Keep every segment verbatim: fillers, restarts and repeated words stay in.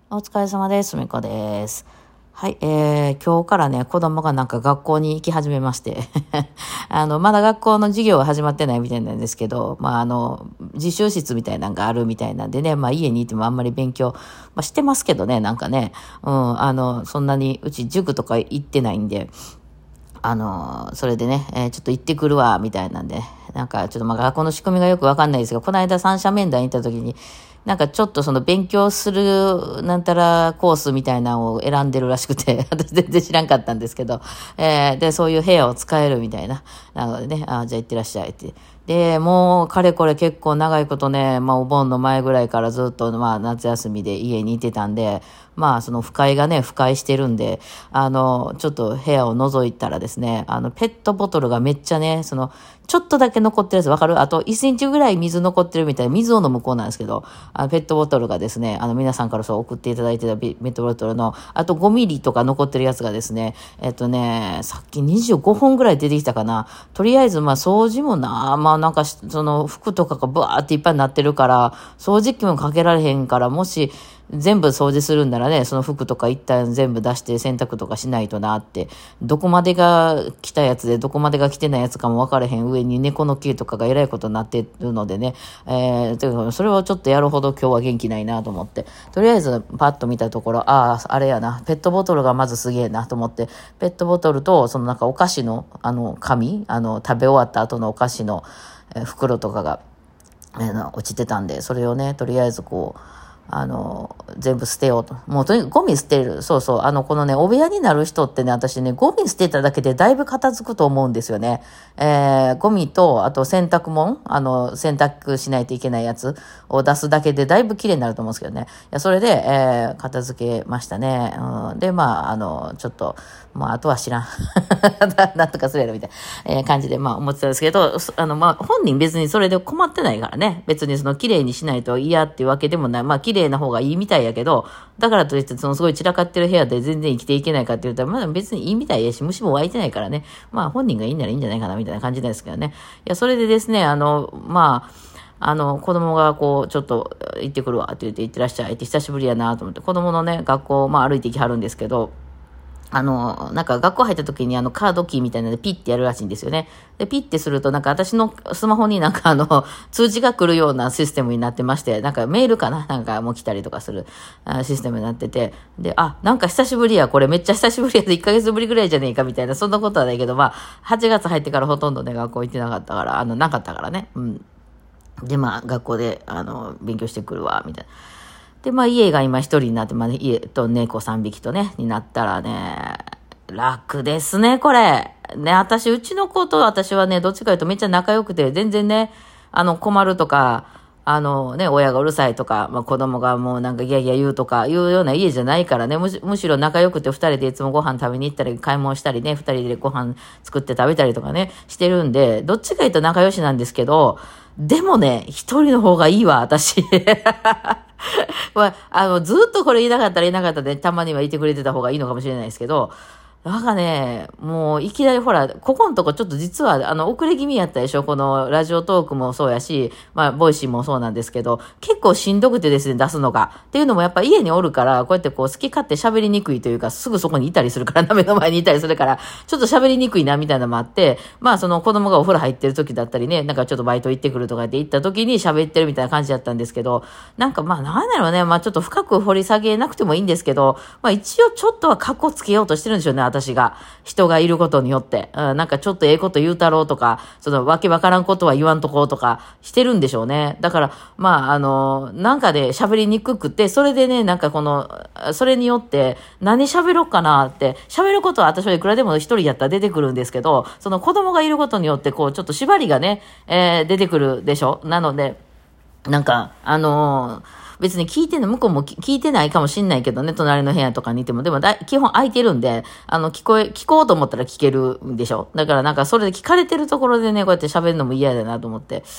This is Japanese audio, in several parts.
お疲れ様です。みこです。はい、えー、今日からね、子供がなんか学校に行き始めまして、あの、まだ学校の授業は始まってないみたいなんですけど、まあ、あの、自習室みたいなのがあるみたいなんでね、まあ、家にいてもあんまり勉強、まあ、してますけどね、なんかね、うん、あの、そんなに、うち塾とか行ってないんで、あの、それでね、えー、ちょっと行ってくるわ、みたいなんで、なんかちょっとまあ学校の仕組みがよくわかんないですが、この間三者面談行った時に、なんかちょっとその勉強するなんたらコースみたいなのを選んでるらしくて、私全然知らんかったんですけど、えー、で、そういう部屋を使えるみたいな。なのでね、あじゃあ行ってらっしゃいって。で、もう、かれこれ結構長いことね、まあ、お盆の前ぐらいからずっと、まあ、夏休みで家にいてたんで、まあ、その、不快がね、不快してるんで、あの、ちょっと部屋を覗いたらですね、あの、ペットボトルがめっちゃね、その、ちょっとだけ残ってるやつ、わかる？あといちセンチぐらい水残ってるみたいな、水を飲むコーナーですけど、あのペットボトルがですね、あの皆さんからそう送っていただいてたペットボトルの、あとごミリとか残ってるやつがですね、えっとね、さっきにじゅうごほんぐらい出てきたかな。とりあえず、まあ掃除もな、まあなんか、その服とかがブワーっていっぱいになってるから、掃除機もかけられへんから、もし、全部掃除するんならね、その服とか一旦全部出して洗濯とかしないとなって、どこまでが来たやつで、どこまでが来てないやつかも分からへん上に猫の毛とかがえらいことになってるのでね、えー、それをちょっとやるほど今日は元気ないなと思って、とりあえずパッと見たところ、ああ、あれやな、ペットボトルがまずすげえなと思って、ペットボトルと、そのなんかお菓子の、あの、紙、あの、食べ終わった後のお菓子の、えー、袋とかが、えー、落ちてたんで、それをね、とりあえずこう、あの、全部捨てようと。もうとにかくゴミ捨てる。そうそう。あの、このね、お部屋になる人ってね、私ね、ゴミ捨てただけでだいぶ片付くと思うんですよね。えー、ゴミと、あと洗濯物、あの、洗濯しないといけないやつを出すだけでだいぶ綺麗になると思うんですけどね。いや、それで、えー、片付けましたね。うん、で、まあ、あの、ちょっと、まあ、あとは知らん。なんとかするやろ、みたいな、えー、感じで、まあ、思ってたんですけど、あの、まあ、本人別にそれで困ってないからね。別にその、綺麗にしないと嫌っていうわけでもない。まあ、綺麗な方がいいみたいやけど、だからといって、そのすごい散らかってる部屋で全然生きていけないかって言ったら、まだ別にいいみたいやし、虫も湧いてないからね。まあ、本人がいいならいいんじゃないかな、みたいな感じですけどね。いや、それでですね、あの、まあ、あの、子供がこう、ちょっと行ってくるわって言って行ってらっしゃいって久しぶりやなと思って、子供のね、学校、まあ歩いてきはるんですけど、あの、なんか学校入った時にあのカードキーみたいなのでピッてやるらしいんですよね。で、ピッてするとなんか私のスマホになんかあの、通知が来るようなシステムになってまして、なんかメールかななんかもう来たりとかするシステムになってて、で、あ、なんか久しぶりや、これめっちゃ久しぶりやでいっかげつぶりぐらいじゃねえかみたいな、そんなことはないけど、まあ、はちがつ入ってからほとんどね、学校行ってなかったから、あの、なかったからね。うん。で、まあ、学校で、あの、勉強してくるわ、みたいな。で、まあ、家が今一人になって、まあ、家と猫さんびきとね、になったらね、楽ですね、これ。ね、私、うちの子と私はね、どっちかというとめっちゃ仲良くて、全然ね、あの、困るとか、あのね、親がうるさいとか、まあ、子供がもうなんかギャギャ言うとか、いうような家じゃないからね、むしむしろ仲良くて二人でいつもご飯食べに行ったり、買い物したりね、二人でご飯作って食べたりとかね、してるんで、どっちかというと仲良しなんですけど、でもね、一人の方がいいわ、私。まあ、あの、ずっとこれ言いなかったら言いなかったで、たまにはいてくれてた方がいいのかもしれないですけど、なんかね、もういきなりほら、ここのとこちょっと実は、あの、遅れ気味やったでしょこのラジオトークもそうやし、まあ、ボイシーもそうなんですけど、結構しんどくてですね、出すのが。っていうのもやっぱ家におるから、こうやってこう好き勝手喋りにくいというか、すぐそこにいたりするから、目の前にいたりするから、ちょっと喋りにくいな、みたいなのもあって、まあ、その子供がお風呂入ってる時だったりね、なんかちょっとバイト行ってくるとかって行った時に喋ってるみたいな感じだったんですけど、なんかまあ、なんだろうね、まあちょっと深く掘り下げなくてもいいんですけど、まあ一応ちょっとは格好つけようとしてるんでしょうね、私が。人がいることによって、うん、なんかちょっとええこと言うたろうとか、そのわけわからんことは言わんとこうとかしてるんでしょうね。だから、まあ、あの、なんかで喋りにくくて、それでね、なんかこの、それによって何喋ろうかなって、喋ることは私はいくらでも一人やったら出てくるんですけど、その子供がいることによって、こう、ちょっと縛りがね、えー、出てくるでしょ。なので、なんか、あのー別に聞いてんの、向こうも聞いてないかもしんないけどね、隣の部屋とかにいても。でもだ、基本空いてるんで、あの、聞こえ、聞こうと思ったら聞けるんでしょ。だからなんかそれで聞かれてるところでね、こうやって喋るのも嫌だなと思って。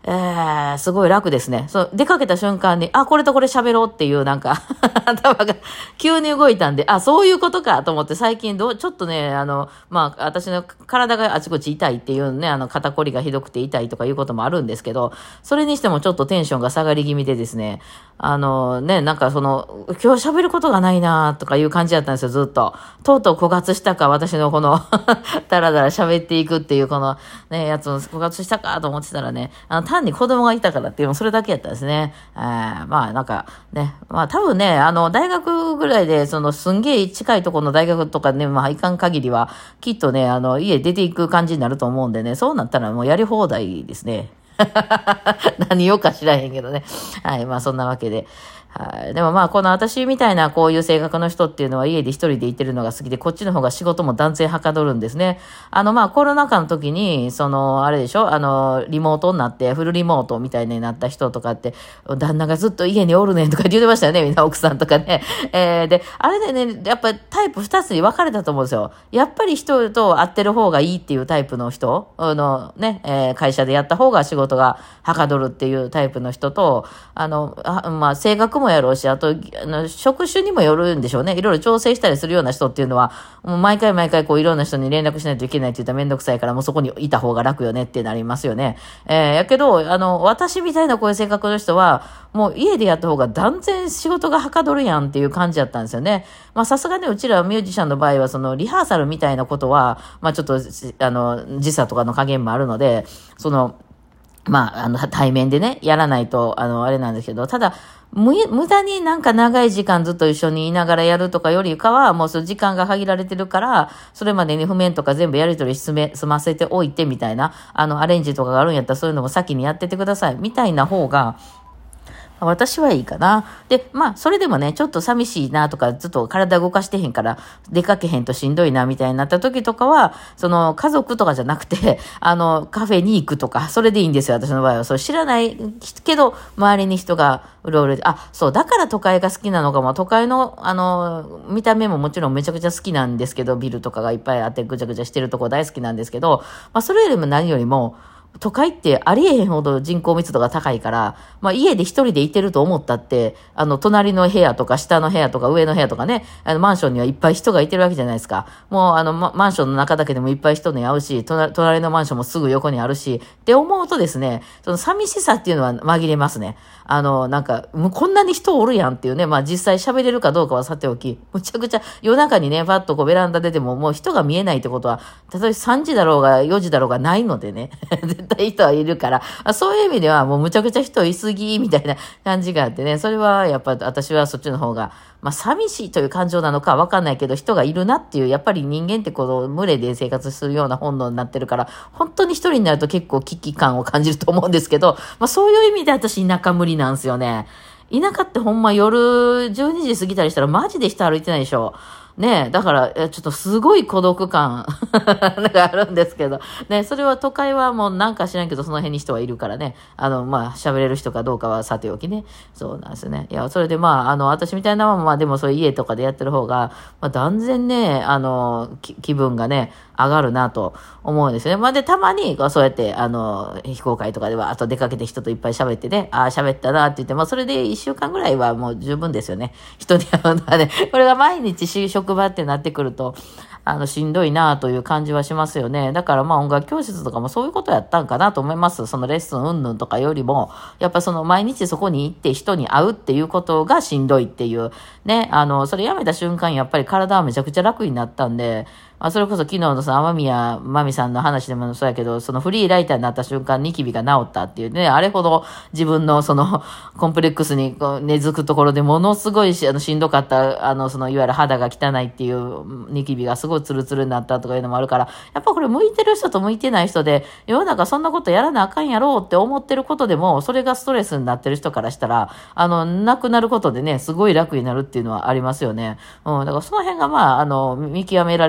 えー、すごい楽ですね。そう、出かけた瞬間に、あ、これとこれ喋ろうっていうなんか、頭が急に動いたんで、あ、そういうことかと思って最近どう、ちょっとね、あの、まあ、私の体があちこち痛いっていうね、あの、肩こりがひどくて痛いとかいうこともあるんですけど、それにしてもちょっとテンションが下がり気味でですね、あのね、なんかその、今日喋ることがないなとかいう感じだったんですよ、ずっと。とうとう枯渇したか、私のこの、だらだら喋っていくっていう、このね、やつを枯渇したかと思ってたらね、あの、単に子供がいたからっていうの、それだけやったんですね。あまあ、なんかね、まあ多分ね、あの、大学ぐらいで、その、すんげえ近いところの大学とかね、まあ、いかん限りは、きっとね、あの、家出ていく感じになると思うんでね、そうなったらもうやり放題ですね。何をか知らへんけどね。はい。まあそんなわけで。はい。でもまあこの私みたいなこういう性格の人っていうのは家で一人でいてるのが好きで、こっちの方が仕事も断然はかどるんですね。あのまあコロナ禍の時に、そのあれでしょ、あのリモートになって、フルリモートみたいになった人とかって、旦那がずっと家におるねんとか言ってましたよね。みんな奥さんとかね。えー、で、あれでね、やっぱりタイプ二つに分かれたと思うんですよ。やっぱり人と会ってる方がいいっていうタイプの人、あのね、えー、会社でやった方が仕事がはかどるっていうタイプの人と、あの、あまあ性格もやろうし、あと、あの、職種にもよるんでしょうね。いろいろ調整したりするような人っていうのは、もう毎回毎回こういろんな人に連絡しないといけないって言ったらめんどくさいから、もうそこにいた方が楽よねってなりますよね。えー、やけど、あの、私みたいなこういう性格の人は、もう家でやった方が断然仕事がはかどるやんっていう感じだったんですよね。まあさすがにうちらミュージシャンの場合は、そのリハーサルみたいなことは、まあちょっと、あの、時差とかの加減もあるので、その、まあ、あの、対面でね、やらないと、あの、あれなんですけど、ただ、無、無駄になんか長い時間ずっと一緒にいながらやるとかよりかは、もうその時間が限られてるから、それまでに譜面とか全部やり取り済め、済ませておいてみたいな、あの、アレンジとかがあるんやったらそういうのも先にやっててください、みたいな方が、私はいいかな。で、まあ、それでもね、ちょっと寂しいなとか、ずっと体動かしてへんから、出かけへんとしんどいなみたいになった時とかは、その、家族とかじゃなくて、あの、カフェに行くとか、それでいいんですよ、私の場合は。そう、知らないけど、周りに人がうろうろで、あ、そう、だから都会が好きなのかも。都会の、あの、見た目ももちろんめちゃくちゃ好きなんですけど、ビルとかがいっぱいあってぐちゃぐちゃしてるとこ大好きなんですけど、まあ、それよりも何よりも、都会ってありえへんほど人口密度が高いから、まあ家で一人でいてると思ったって、あの隣の部屋とか下の部屋とか上の部屋とかね、あのマンションにはいっぱい人がいてるわけじゃないですか。もうあの、ま、マンションの中だけでもいっぱい人に会うし、隣、隣のマンションもすぐ横にあるし、って思うとですね、その寂しさっていうのは紛れますね。あの、なんか、もうこんなに人おるやんっていうね、まあ実際喋れるかどうかはさておき、むちゃくちゃ夜中にね、パッとこうベランダ出てももう人が見えないってことは、たとえさんじだろうがよじだろうがないのでね、絶対人はいるから、そういう意味ではもうむちゃくちゃ人いすぎみたいな感じがあってね、それはやっぱ私はそっちの方が、まあ寂しいという感情なのかわかんないけど、人がいるなっていう、やっぱり人間ってこの群れで生活するような本能になってるから、本当に一人になると結構危機感を感じると思うんですけど、まあそういう意味で私田舎無理なんですよね。田舎ってほんま夜じゅうにじ過ぎたりしたらマジで人歩いてないでしょ。ねえ、だから、ちょっとすごい孤独感があるんですけど、ね、それは都会はもうなんか知らんけど、その辺に人はいるからね、あの、まあ、喋れる人かどうかはさておきね、そうなんですね。いや、それでまあ、あの、私みたいなのは、まあ、でもそういう家とかでやってる方が、まあ、断然ね、あの、気分がね、上がるなと思うんですよね。まあ、で、たまに、そうやって、あの、非公開とかでは、あと出かけて人といっぱい喋ってね、ああ、喋ったなって言って、まあ、それで一週間ぐらいはもう十分ですよね。人に会うのはね。これが毎日職場ってなってくると、あの、しんどいなという感じはしますよね。だからまあ音楽教室とかもそういうことやったんかなと思います。そのレッスン云々とかよりも、やっぱその毎日そこに行って人に会うっていうことがしんどいっていう。ね、あの、それやめた瞬間やっぱり体はめちゃくちゃ楽になったんで、あそれこそ昨日のさ、天宮真美さんの話でもそうやけど、そのフリーライターになった瞬間、ニキビが治ったっていうね、あれほど自分のそのコンプレックスにこう根付くところでものすごいし、あの、しんどかった、あの、そのいわゆる肌が汚いっていうニキビがすごいツルツルになったとかいうのもあるから、やっぱこれ向いてる人と向いてない人で、世の中そんなことやらなあかんやろうって思ってることでも、それがストレスになってる人からしたら、あの、なくなることでね、すごい楽になるっていうのはありますよね。うん、だからその辺がまあ、あの、見極められるとね、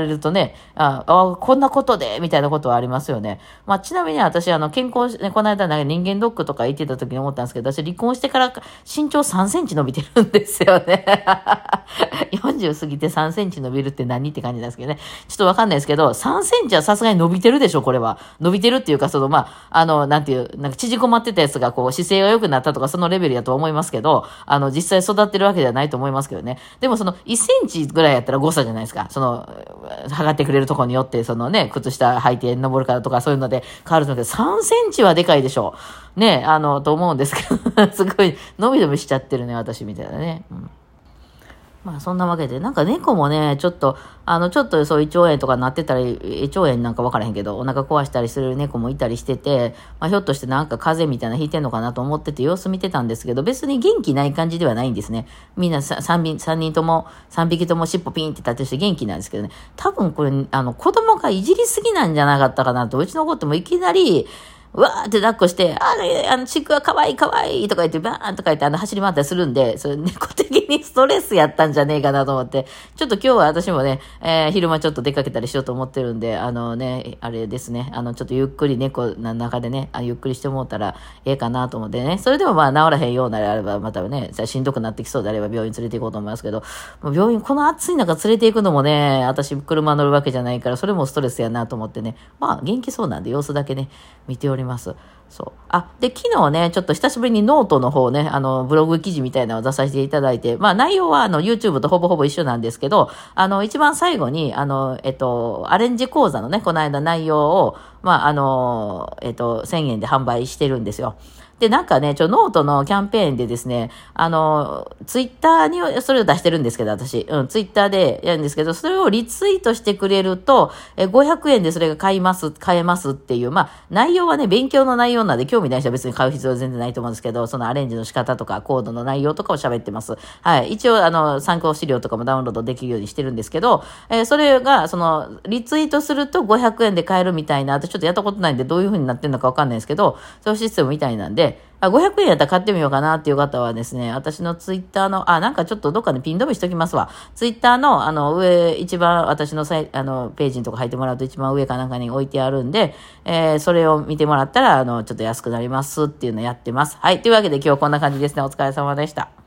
ね、ああ、こんなことで、みたいなことはありますよね。まあ、ちなみに私、あの、健康、ね、この間なんか人間ドックとか行ってた時に思ったんですけど、私離婚してから身長さんセンチ伸びてるんですよね。よんじゅう過ぎてさんセンチ伸びるって何って感じなんですけどね。ちょっとわかんないですけど、さんセンチはさすがに伸びてるでしょ、これは。伸びてるっていうか、その、まあ、あの、なんていう、なんか縮こまってたやつが、こう、姿勢が良くなったとか、そのレベルやと思いますけど、あの、実際育ってるわけではないと思いますけどね。でも、その、いっセンチぐらいやったら誤差じゃないですか。その、測ってくれるところによって、そのね、靴下履いて登るからとか、そういうので変わるので、さんセンチはでかいでしょう。ね、あの、と思うんですけど、すごい、伸び伸びしちゃってるね、私みたいなね。うん、まあそんなわけで、なんか猫もね、ちょっと、あの、ちょっとそう胃腸炎とかなってたり、胃腸炎なんかわからへんけど、お腹壊したりする猫もいたりしてて、まあひょっとしてなんか風邪みたいなのひいてんのかなと思ってて様子見てたんですけど、別に元気ない感じではないんですね。みんなさ三人、三人とも、三匹とも尻尾ピンって立てして元気なんですけどね。多分これ、あの、子供がいじりすぎなんじゃなかったかなと、うちの子ってもいきなり、うわーって抱っこして、あれ、あの、チックは可愛い可愛いとか言って、バーンとか言って、あの、走り回ったりするんで、それ猫的にストレスやったんじゃねえかなと思って、ちょっと今日は私もね、えー、昼間ちょっと出かけたりしようと思ってるんで、あのね、あれですね、あの、ちょっとゆっくり猫の中でね、あゆっくりしてもうたらええかなと思ってね、それでもまあ治らへんようなあれば、またね、しんどくなってきそうであれば病院連れて行こうと思いますけど、もう病院、この暑い中連れて行くのもね、私車乗るわけじゃないから、それもストレスやなと思ってね、まあ元気そうなんで様子だけね、見ております。そう。あ、で、昨日ね、ちょっと久しぶりにノートの方ね、あの、ブログ記事みたいなのを出させていただいて、まあ内容はあの、YouTube とほぼほぼ一緒なんですけど、あの、一番最後に、あの、えっと、アレンジ講座のね、この間内容を、まあ、あの、えっと、せんえんで販売してるんですよ。で、なんかね、ちょ、ノートのキャンペーンでですね、あの、ツイッターにそれを出してるんですけど、私、うん、ツイッターでやるんですけど、それをリツイートしてくれると、え、ごひゃくえんでそれが買います、買えますっていう、まあ、内容はね、勉強の内容なんで、興味ない人は別に買う必要は全然ないと思うんですけど、そのアレンジの仕方とか、コードの内容とかを喋ってます。はい。一応、あの、参考資料とかもダウンロードできるようにしてるんですけど、えーそれが、その、リツイートするとごひゃくえんで買えるみたいな、私ちょっとやったことないんで、どういう風になってるのかわかんないですけど、そういうシステムみたいなんで、あ、ごひゃくえんやったら買ってみようかなっていう方はですね、私のツイッターの、あ、なんかちょっとどっかでピン止めしときますわ。ツイッターの、あの、上、一番私のサイ、あの、ページのとこ入ってもらうと一番上かなんかに置いてあるんで、えー、それを見てもらったら、あの、ちょっと安くなりますっていうのやってます。はい。というわけで今日こんな感じですね。お疲れ様でした。